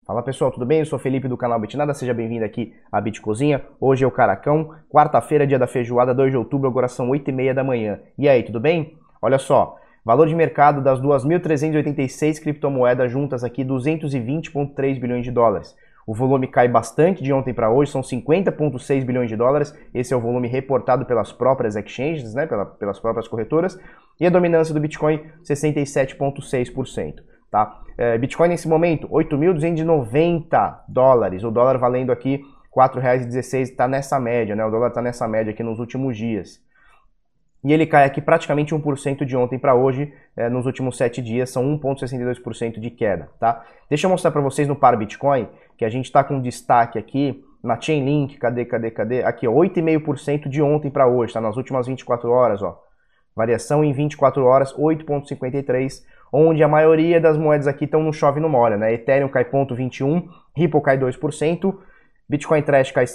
Fala pessoal, tudo bem? Eu sou o Felipe do canal Bitnada, seja bem-vindo aqui à Bitcozinha. Hoje é o Caracão, quarta-feira, dia da feijoada, 2 de outubro, agora são 8h30 da manhã. E aí, tudo bem? Olha só, valor de mercado das 2.386 criptomoedas juntas aqui, 220,3 bilhões de dólares. O volume cai bastante de ontem para hoje, são 50,6 bilhões de dólares. Esse é o volume reportado pelas próprias exchanges, né, pelas próprias corretoras. E a dominância do Bitcoin, 67,6%. Tá? Bitcoin nesse momento, 8.290 dólares. O dólar valendo aqui R$ 4,16, está nessa média, né? O dólar está nessa média aqui nos últimos dias. E ele cai aqui praticamente 1% de ontem para hoje, nos últimos 7 dias, são 1,62% de queda, tá? Deixa eu mostrar para vocês no par Bitcoin, que a gente está com destaque aqui na Chainlink, cadê? Aqui, ó, 8,5% de ontem para hoje, tá? Nas últimas 24 horas, ó. Variação em 24 horas, 8,53%, onde a maioria das moedas aqui estão no chove e no molha, né? Ethereum cai 0,21%, Ripple cai 2%, Bitcoin Trash cai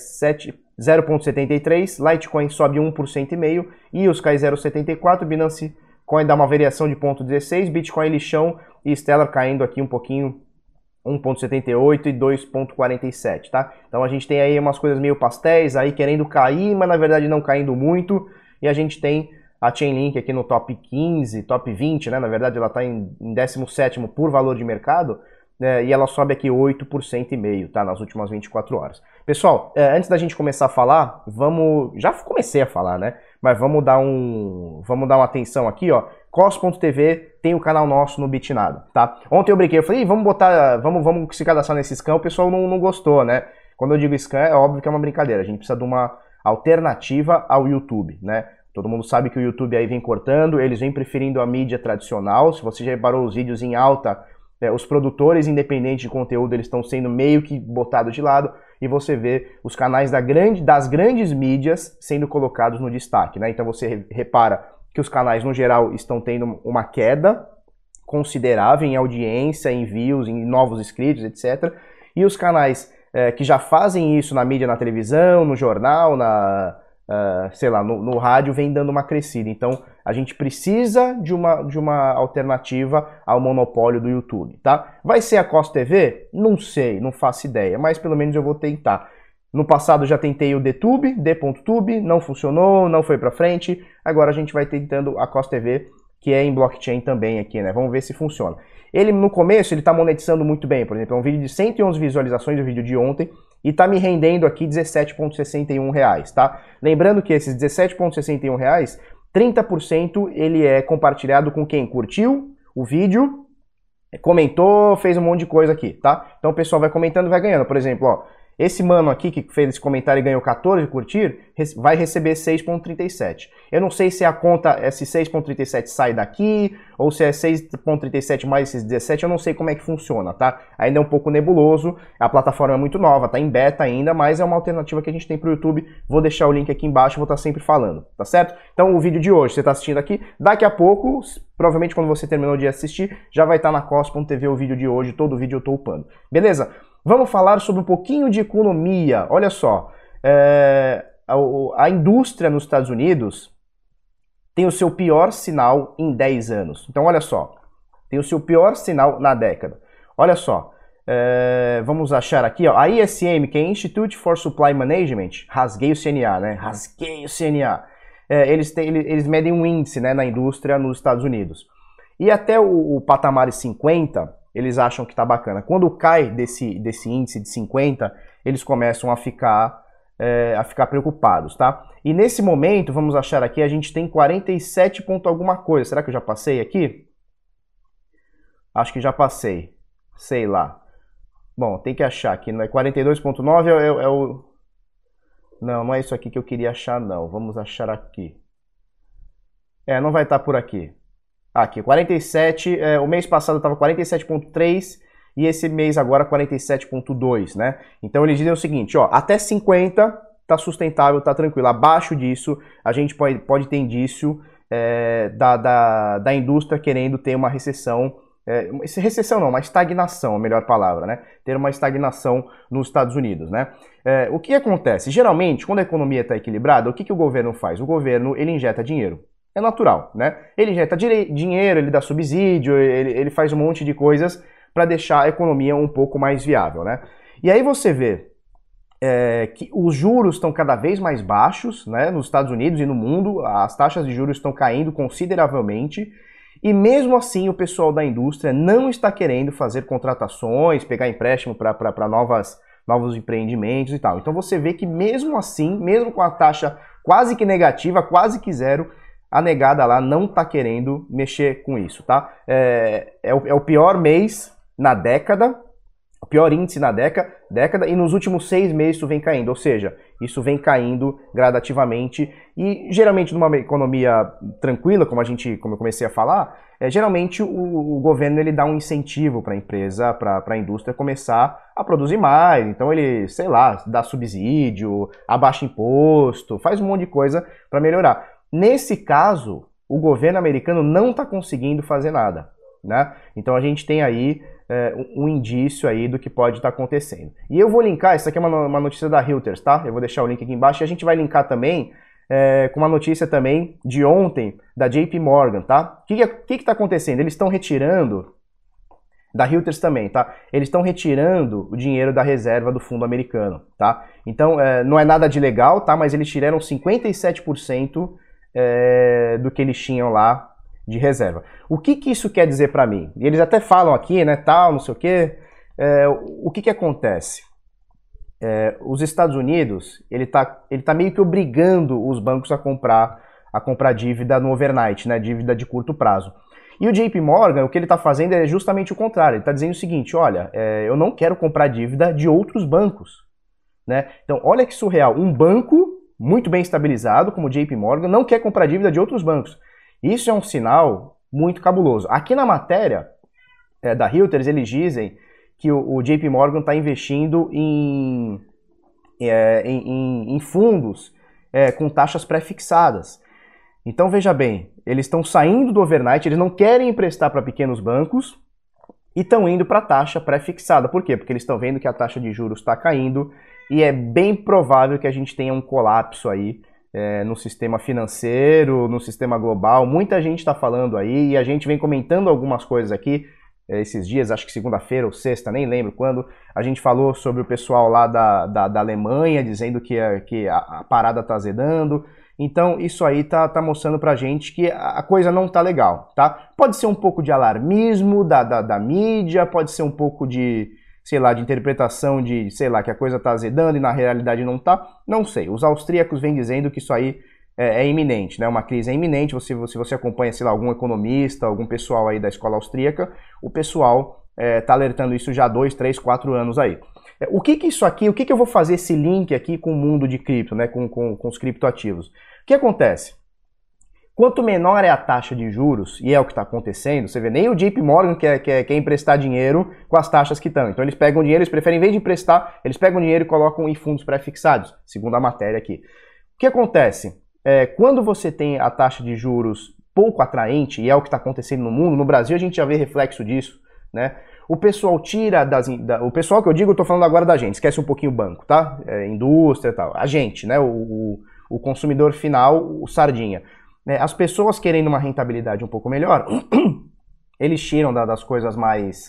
0,73%, Litecoin sobe 1,5%, EOS cai 0,74%, Binance Coin dá uma variação de 0,16%, Bitcoin lixão e Stellar caindo aqui um pouquinho, 1,78% e 2,47%, tá? Então a gente tem aí umas coisas meio pastéis aí querendo cair, mas na verdade não caindo muito, e a gente tem a Chainlink aqui no top 15, top 20, né? Na verdade ela está em 17º por valor de mercado, e ela sobe aqui 8,5%, tá? Nas últimas 24 horas. Pessoal, antes da gente começar a falar, já comecei a falar, né? Mas vamos dar uma atenção aqui, ó. Cos.tv tem o canal nosso no Bitnada, tá? Ontem eu brinquei, eu falei, vamos se cadastrar nesse scam, o pessoal não gostou, né? Quando eu digo scam, é óbvio que é uma brincadeira, a gente precisa de uma alternativa ao YouTube, né? Todo mundo sabe que o YouTube aí vem cortando, eles vêm preferindo a mídia tradicional. Se você já reparou os vídeos em alta, os produtores independentes de conteúdo eles estão sendo meio que botados de lado e você vê os canais das grandes mídias sendo colocados no destaque, né? Então você repara que os canais no geral estão tendo uma queda considerável em audiência, em views, em novos inscritos, etc. E os canais que já fazem isso na mídia, na televisão, no jornal, sei lá, no rádio vem dando uma crescida. Então a gente precisa de uma alternativa ao monopólio do YouTube, tá? Vai ser a Cos TV? Não sei, não faço ideia, mas pelo menos eu vou tentar. No passado já tentei o DTube, D.Tube, não funcionou, não foi pra frente. Agora a gente vai tentando a Cos TV, que é em blockchain também aqui, né? Vamos ver se funciona. Ele no começo ele tá monetizando muito bem, por exemplo, é um vídeo de 111 visualizações do vídeo de ontem, e tá me rendendo aqui R$17,61, tá? Lembrando que esses R$17,61, 30% ele é compartilhado com quem curtiu o vídeo, comentou, fez um monte de coisa aqui, tá? Então o pessoal vai comentando e vai ganhando. Por exemplo, ó, esse mano aqui que fez esse comentário e ganhou 14 curtir, vai receber 6,37. Eu não sei se a conta, esse 6,37 sai daqui, ou se é 6,37 mais esses 17, eu não sei como é que funciona, tá? Ainda é um pouco nebuloso, a plataforma é muito nova, tá em beta ainda, mas é uma alternativa que a gente tem pro YouTube. Vou deixar o link aqui embaixo, vou estar sempre falando, tá certo? Então o vídeo de hoje, você tá assistindo aqui, daqui a pouco, provavelmente quando você terminou de assistir, já vai estar na Cos.tv o vídeo de hoje, todo vídeo eu tô upando. Beleza? Vamos falar sobre um pouquinho de economia. Olha só, a indústria nos Estados Unidos tem o seu pior sinal em 10 anos. Então, olha só, tem o seu pior sinal na década. Olha só, vamos achar aqui, ó, a ISM, que é Institute for Supply Management, rasguei o CNA, né? Rasguei o CNA. Eles medem um índice, né, na indústria nos Estados Unidos. E até o patamar 50... eles acham que tá bacana. Quando cai desse índice de 50, eles começam a ficar preocupados, tá? E nesse momento, vamos achar aqui, a gente tem 47 ponto alguma coisa. Será que eu já passei aqui? Acho que já passei. Sei lá. Bom, tem que achar aqui, não é 42,9 é o... Não é isso aqui que eu queria achar, não. Vamos achar aqui. Não vai estar por aqui. Aqui, 47, o mês passado estava 47,3 e esse mês agora 47,2, né? Então eles dizem o seguinte, ó, até 50 tá sustentável, tá tranquilo. Abaixo disso, a gente pode ter indício da indústria querendo ter uma recessão, recessão não, uma estagnação, a melhor palavra, né? Ter uma estagnação nos Estados Unidos, né? O que acontece? Geralmente, quando a economia está equilibrada, o que o governo faz? O governo, ele injeta dinheiro. É natural, né? Ele injeta dinheiro, ele dá subsídio, ele faz um monte de coisas para deixar a economia um pouco mais viável, né? E aí você vê que os juros estão cada vez mais baixos, né, nos Estados Unidos e no mundo, as taxas de juros estão caindo consideravelmente, e mesmo assim o pessoal da indústria não está querendo fazer contratações, pegar empréstimo para novos empreendimentos e tal. Então você vê que mesmo assim, mesmo com a taxa quase que negativa, quase que zero, a negada lá não está querendo mexer com isso, tá? É o pior mês na década, o pior índice na década, e nos últimos 6 meses isso vem caindo, ou seja, isso vem caindo gradativamente, e geralmente numa economia tranquila, como eu comecei a falar, geralmente o governo ele dá um incentivo para a empresa, para a indústria começar a produzir mais, então ele, sei lá, dá subsídio, abaixa imposto, faz um monte de coisa para melhorar. Nesse caso, o governo americano não está conseguindo fazer nada, né? Então a gente tem aí um indício aí do que pode estar acontecendo. E eu vou linkar, isso aqui é uma notícia da Reuters, tá? Eu vou deixar o link aqui embaixo e a gente vai linkar também com uma notícia também de ontem da JP Morgan, tá? O que está acontecendo? Eles estão retirando, da Reuters também, tá? Eles estão retirando o dinheiro da reserva do fundo americano, tá? Então, não é nada de legal, tá? Mas eles tiraram 57% do que eles tinham lá de reserva. O que isso quer dizer para mim? E eles até falam aqui, né, tal, não sei o quê. O que acontece? Os Estados Unidos, ele tá meio que obrigando os bancos a comprar dívida no overnight, né, dívida de curto prazo. E o JP Morgan, o que ele está fazendo é justamente o contrário. Ele está dizendo o seguinte, olha, eu não quero comprar dívida de outros bancos, né? Então, olha que surreal. Um banco muito bem estabilizado, como o JP Morgan, não quer comprar dívida de outros bancos. Isso é um sinal muito cabuloso. Aqui na matéria da Reuters, eles dizem que o JP Morgan está investindo em fundos com taxas pré-fixadas. Então veja bem, eles estão saindo do overnight, eles não querem emprestar para pequenos bancos e estão indo para a taxa pré-fixada. Por quê? Porque eles estão vendo que a taxa de juros está caindo e é bem provável que a gente tenha um colapso aí no sistema financeiro, no sistema global. Muita gente está falando aí e a gente vem comentando algumas coisas aqui esses dias, acho que segunda-feira ou sexta, nem lembro quando, a gente falou sobre o pessoal lá da Alemanha dizendo que a parada está azedando. Então isso aí tá mostrando pra gente que a coisa não tá legal, tá? Pode ser um pouco de alarmismo da mídia, pode ser um pouco de, sei lá, de interpretação de, sei lá, que a coisa tá azedando e na realidade não tá, não sei. Os austríacos vêm dizendo que isso aí é iminente, né? Uma crise é iminente. Se você acompanha, sei lá, algum economista, algum pessoal aí da escola austríaca, o pessoal tá alertando isso já há 2, 3, 4 anos aí. O que isso aqui, o que eu vou fazer esse link aqui com o mundo de cripto, né? Com os criptoativos? O que acontece? Quanto menor é a taxa de juros, e é o que está acontecendo, você vê, nem o JP Morgan quer emprestar dinheiro com as taxas que estão. Então eles pegam dinheiro, eles preferem, em vez de emprestar, eles pegam dinheiro e colocam em fundos pré-fixados, segundo a matéria aqui. O que acontece? Quando você tem a taxa de juros pouco atraente, e é o que está acontecendo no mundo, no Brasil a gente já vê reflexo disso, né? O pessoal tira o pessoal que eu digo, eu estou falando agora da gente, esquece um pouquinho o banco, tá? Indústria e tal. A gente, né? O consumidor final, o sardinha. As pessoas querendo uma rentabilidade um pouco melhor, eles tiram das coisas mais,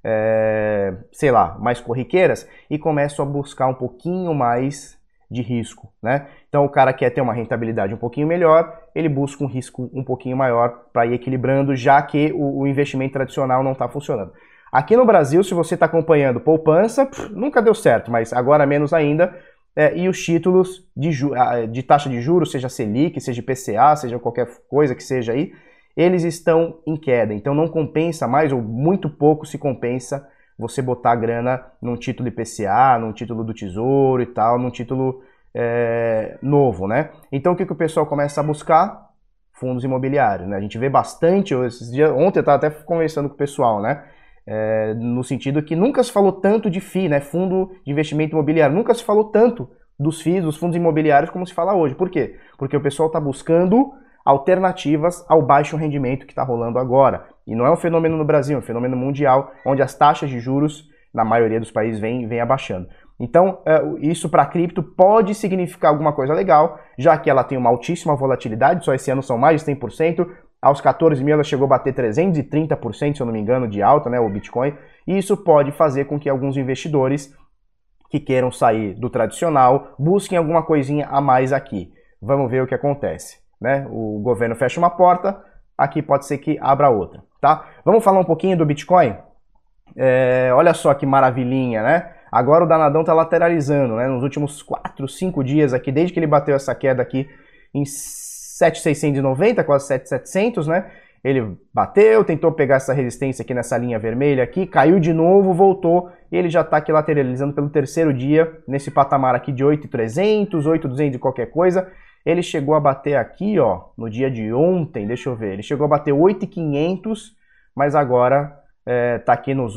sei lá, mais corriqueiras e começam a buscar um pouquinho mais de risco, né? Então o cara quer ter uma rentabilidade um pouquinho melhor, ele busca um risco um pouquinho maior para ir equilibrando, já que o investimento tradicional não está funcionando. Aqui no Brasil, se você está acompanhando poupança, nunca deu certo, mas agora menos ainda, e os títulos de taxa de juros, seja Selic, seja IPCA, seja qualquer coisa que seja aí, eles estão em queda, então não compensa mais, ou muito pouco se compensa você botar a grana num título IPCA, num título do Tesouro e tal, num título novo, né? Então o que o pessoal começa a buscar? Fundos imobiliários, né? A gente vê bastante, ontem eu estava até conversando com o pessoal, né? No sentido que nunca se falou tanto de FII, né? Fundo de investimento imobiliário, nunca se falou tanto dos FIIs, dos fundos imobiliários, como se fala hoje. Por quê? Porque o pessoal está buscando alternativas ao baixo rendimento que está rolando agora. E não é um fenômeno no Brasil, é um fenômeno mundial, onde as taxas de juros, na maioria dos países, vem abaixando. Então, isso para cripto pode significar alguma coisa legal, já que ela tem uma altíssima volatilidade, só esse ano são mais de 100%, aos 14 mil ela chegou a bater 330%, se eu não me engano, de alta, né, o Bitcoin, e isso pode fazer com que alguns investidores que queiram sair do tradicional busquem alguma coisinha a mais aqui. Vamos ver o que acontece, né? O governo fecha uma porta, aqui pode ser que abra outra, tá? Vamos falar um pouquinho do Bitcoin? Olha só que maravilhinha, né? Agora o danadão tá lateralizando, né? Nos últimos 4, 5 dias aqui, desde que ele bateu essa queda aqui em 7.690, quase 7.700, né? Ele bateu, tentou pegar essa resistência aqui nessa linha vermelha aqui, caiu de novo, voltou, e ele já está aqui lateralizando pelo terceiro dia, nesse patamar aqui de 8.300, 8.200 e qualquer coisa. Ele chegou a bater aqui, ó, no dia de ontem, deixa eu ver, ele chegou a bater 8.500, mas agora tá aqui nos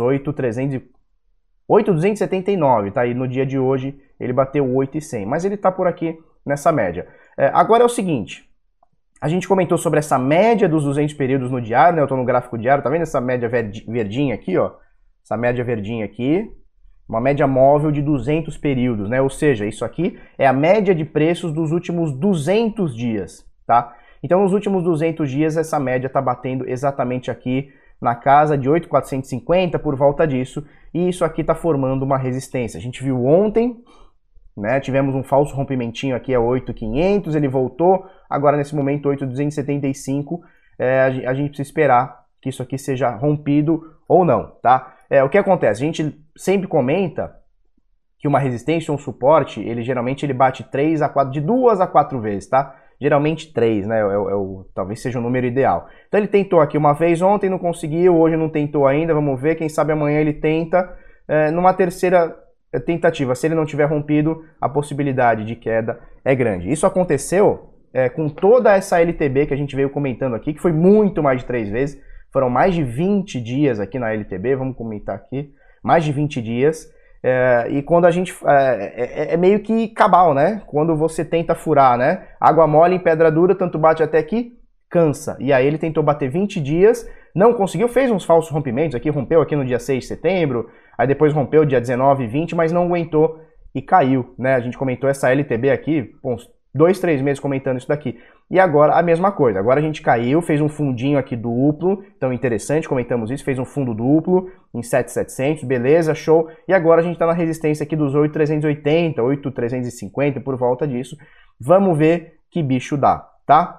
8.279, tá aí no dia de hoje, ele bateu 8.100, mas ele tá por aqui nessa média. Agora é o seguinte, a gente comentou sobre essa média dos 200 períodos no diário, né? Eu estou no gráfico diário, tá vendo essa média verdinha aqui, ó? Essa média verdinha aqui, uma média móvel de 200 períodos, né? Ou seja, isso aqui é a média de preços dos últimos 200 dias, tá? Então, nos últimos 200 dias, essa média está batendo exatamente aqui na casa de 8.450, por volta disso, e isso aqui está formando uma resistência. A gente viu ontem, né? Tivemos um falso rompimentinho aqui a 8.500, ele voltou, agora nesse momento 8.275, a gente precisa esperar que isso aqui seja rompido ou não, tá? O que acontece? A gente sempre comenta que uma resistência ou um suporte, geralmente ele bate 3 a 4, de 2 a 4 vezes, tá? Geralmente 3, né? Talvez seja o número ideal. Então ele tentou aqui uma vez ontem, não conseguiu, hoje não tentou ainda, vamos ver, quem sabe amanhã ele tenta numa terceira tentativa. Se ele não tiver rompido, a possibilidade de queda é grande. Isso aconteceu com toda essa LTB que a gente veio comentando aqui, que foi muito mais de 3 vezes. Foram mais de 20 dias aqui na LTB, vamos comentar aqui, mais de 20 dias. E quando a gente... é meio que cabal, né? Quando você tenta furar, né? Água mole em pedra dura, tanto bate até que cansa. E aí ele tentou bater 20 dias, não conseguiu, fez uns falsos rompimentos aqui, rompeu aqui no dia 6 de setembro, aí depois rompeu dia 19 e 20, mas não aguentou e caiu, né? A gente comentou essa LTB aqui, uns 2, 3 meses comentando isso daqui. E agora a mesma coisa, agora a gente caiu, fez um fundinho aqui duplo, então interessante, comentamos isso, fez um fundo duplo em 7.700, beleza, show. E agora a gente está na resistência aqui dos 8.380, 8.350, por volta disso. Vamos ver que bicho dá, tá?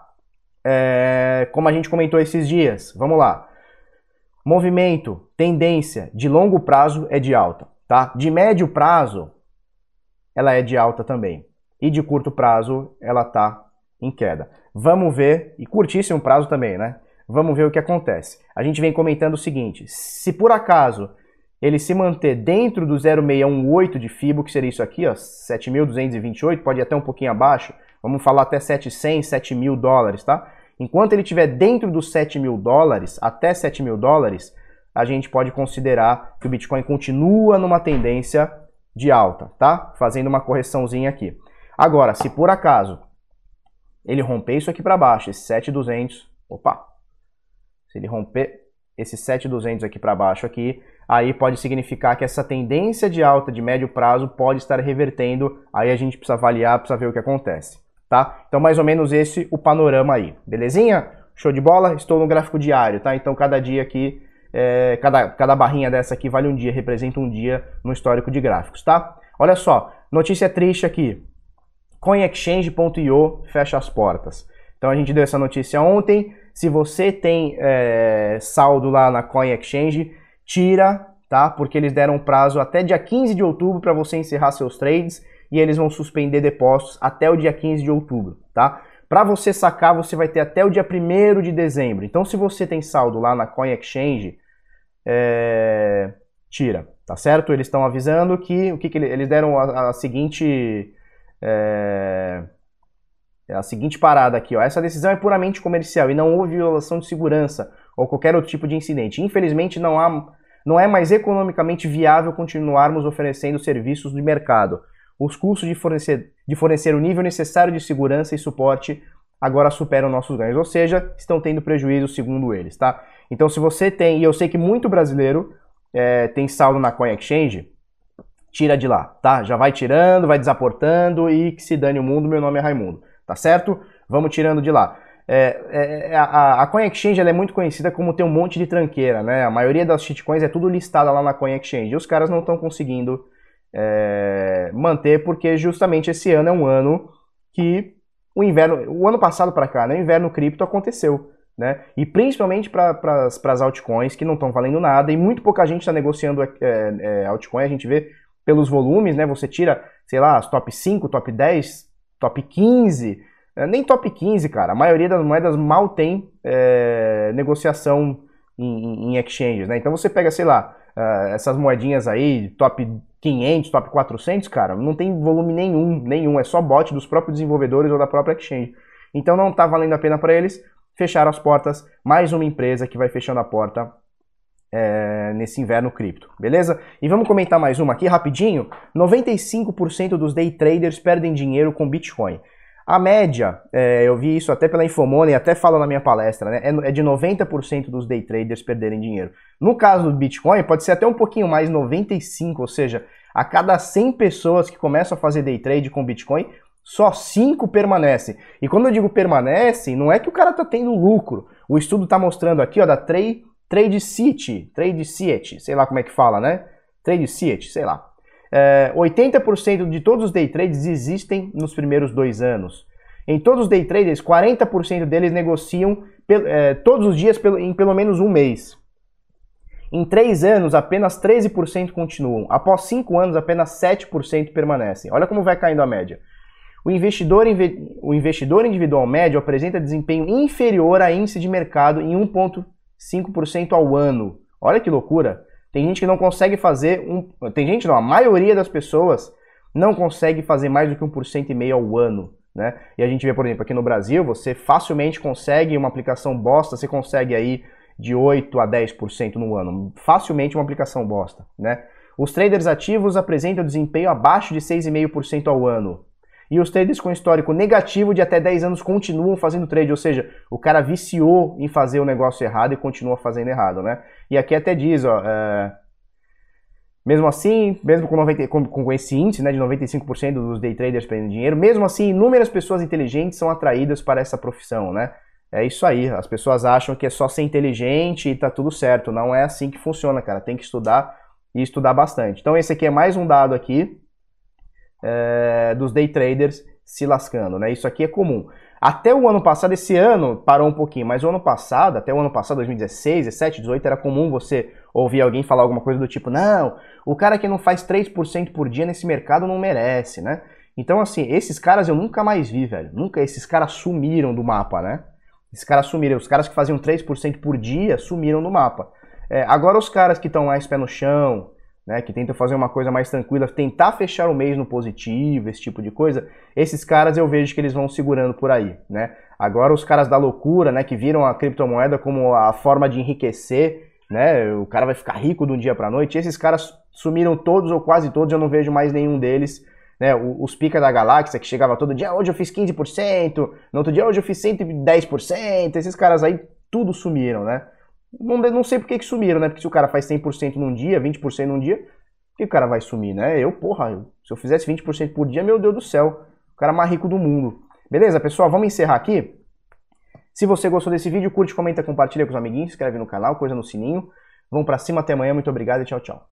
Como a gente comentou esses dias, vamos lá. Movimento, tendência de longo prazo é de alta, tá? De médio prazo, ela é de alta também. E de curto prazo, ela tá em queda. Vamos ver, e curtíssimo prazo também, né? Vamos ver o que acontece. A gente vem comentando o seguinte, se por acaso ele se manter dentro do 0,618 de FIBO, que seria isso aqui, ó, 7.228, pode ir até um pouquinho abaixo, vamos falar até 7.100, 7 mil dólares, tá? Enquanto ele estiver dentro dos 7 mil dólares, até 7 mil dólares, a gente pode considerar que o Bitcoin continua numa tendência de alta, tá? Fazendo uma correçãozinha aqui. Agora, se por acaso ele romper isso aqui para baixo, esse 7.200, opa, se ele romper esse 7.200 aqui para baixo aqui, aí pode significar que essa tendência de alta de médio prazo pode estar revertendo, aí a gente precisa avaliar, precisa ver o que acontece, tá? Então mais ou menos esse o panorama aí, belezinha? Show de bola? Estou no gráfico diário, tá? Então cada dia aqui, cada barrinha dessa aqui vale um dia, representa um dia no histórico de gráficos, tá? Olha só, notícia triste aqui. CoinExchange.io fecha as portas. Então a gente deu essa notícia ontem. Se você tem saldo lá na CoinExchange, tira, tá? Porque eles deram um prazo até dia 15 de outubro para você encerrar seus trades e eles vão suspender depósitos até o dia 15 de outubro, tá? Para você sacar, você vai ter até o dia 1º de dezembro. Então se você tem saldo lá na CoinExchange, tira, tá certo? Eles estão avisando que eles deram a seguinte parada aqui, ó. Essa decisão é puramente comercial e não houve violação de segurança ou qualquer outro tipo de incidente. Infelizmente, não é mais economicamente viável continuarmos oferecendo serviços de mercado. Os custos de fornecer o nível necessário de segurança e suporte agora superam nossos ganhos, ou seja, estão tendo prejuízo segundo eles, tá? Então, se você tem, e eu sei que muito brasileiro tem saldo na CoinExchange, tira de lá, tá? Já vai tirando, vai desaportando e que se dane o mundo, meu nome é Raimundo, tá certo? Vamos tirando de lá. A Coin Exchange ela é muito conhecida como ter um monte de tranqueira, né? A maioria das shitcoins é tudo listada lá na Coin Exchange e os caras não estão conseguindo manter porque justamente esse ano é um ano que o ano passado para cá, né? O inverno cripto aconteceu, né? E principalmente para as altcoins que não estão valendo nada e muito pouca gente está negociando altcoin, a gente vê pelos volumes, né? Você tira, sei lá, as top 5, top 10, top 15... Nem top 15, cara. A maioria das moedas mal tem negociação em exchanges, né? Então você pega, sei lá, essas moedinhas aí, top 500, top 400, cara, não tem volume nenhum. É só bot dos próprios desenvolvedores ou da própria exchange. Então não tá valendo a pena para eles fechar as portas. Mais uma empresa que vai fechando a porta nesse inverno cripto, beleza? E vamos comentar mais uma aqui rapidinho. 95% dos day traders perdem dinheiro com Bitcoin. A média, eu vi isso até pela Infomoney, até falo na minha palestra, né? É de 90% dos day traders perderem dinheiro. No caso do Bitcoin, pode ser até um pouquinho mais, 95%, ou seja, a cada 100 pessoas que começam a fazer day trade com Bitcoin, só 5 permanecem. E quando eu digo permanecem, não é que o cara tá tendo lucro. O estudo tá mostrando aqui, ó, da Tradeciety, sei lá como é que fala, né? Tradeciety, sei lá. 80% de todos os day trades existem nos primeiros 2 anos. Em todos os day traders, 40% deles negociam todos os dias em pelo menos um mês. Em 3 anos, apenas 13% continuam. Após 5 anos, apenas 7% permanecem. Olha como vai caindo a média. O investidor individual médio apresenta desempenho inferior a índice de mercado em 1,5% ao ano. Olha que loucura! Tem gente que não consegue fazer Tem gente não, a maioria das pessoas não consegue fazer mais do que 1,5% ao ano, né? E a gente vê, por exemplo, aqui no Brasil, você facilmente consegue uma aplicação bosta, você consegue aí de 8 a 10% no ano. Facilmente uma aplicação bosta, né? Os traders ativos apresentam desempenho abaixo de 6,5% ao ano. E os traders com histórico negativo de até 10 anos continuam fazendo trade, ou seja, o cara viciou em fazer o negócio errado e continua fazendo errado, né? E aqui até diz, ó, mesmo assim, mesmo com esse índice, né, de 95% dos day traders perdendo dinheiro, mesmo assim, inúmeras pessoas inteligentes são atraídas para essa profissão, né? É isso aí, as pessoas acham que é só ser inteligente e tá tudo certo. Não é assim que funciona, cara. Tem que estudar e estudar bastante. Então esse aqui é mais um dado aqui dos day traders se lascando, né? Isso aqui é comum. Até o ano passado, esse ano parou um pouquinho, mas o ano passado, até o ano passado, 2016, 17, 18, era comum você ouvir alguém falar alguma coisa do tipo, não, o cara que não faz 3% por dia nesse mercado não merece, né? Então, assim, esses caras eu nunca mais vi, velho. Esses caras sumiram do mapa, né? Esses caras sumiram. Os caras que faziam 3% por dia sumiram do mapa. Agora os caras que estão mais pé no chão, né, que tentam fazer uma coisa mais tranquila, tentar fechar o mês no positivo, esse tipo de coisa, esses caras eu vejo que eles vão segurando por aí, né? Agora os caras da loucura, né, que viram a criptomoeda como a forma de enriquecer, né, o cara vai ficar rico de um dia para noite, esses caras sumiram todos ou quase todos, eu não vejo mais nenhum deles, né? Os pica da galáxia que chegava todo dia, hoje eu fiz 15%, no outro dia hoje eu fiz 110%, esses caras aí tudo sumiram, né? Não sei por que sumiram, né? Porque se o cara faz 100% num dia, 20% num dia, por que o cara vai sumir, né? Se eu fizesse 20% por dia, meu Deus do céu, o cara mais rico do mundo. Beleza, pessoal? Vamos encerrar aqui. Se você gostou desse vídeo, curte, comenta, compartilha com os amiguinhos, se inscreve no canal, coisa no sininho. Vamos pra cima, até amanhã, muito obrigado e tchau, tchau.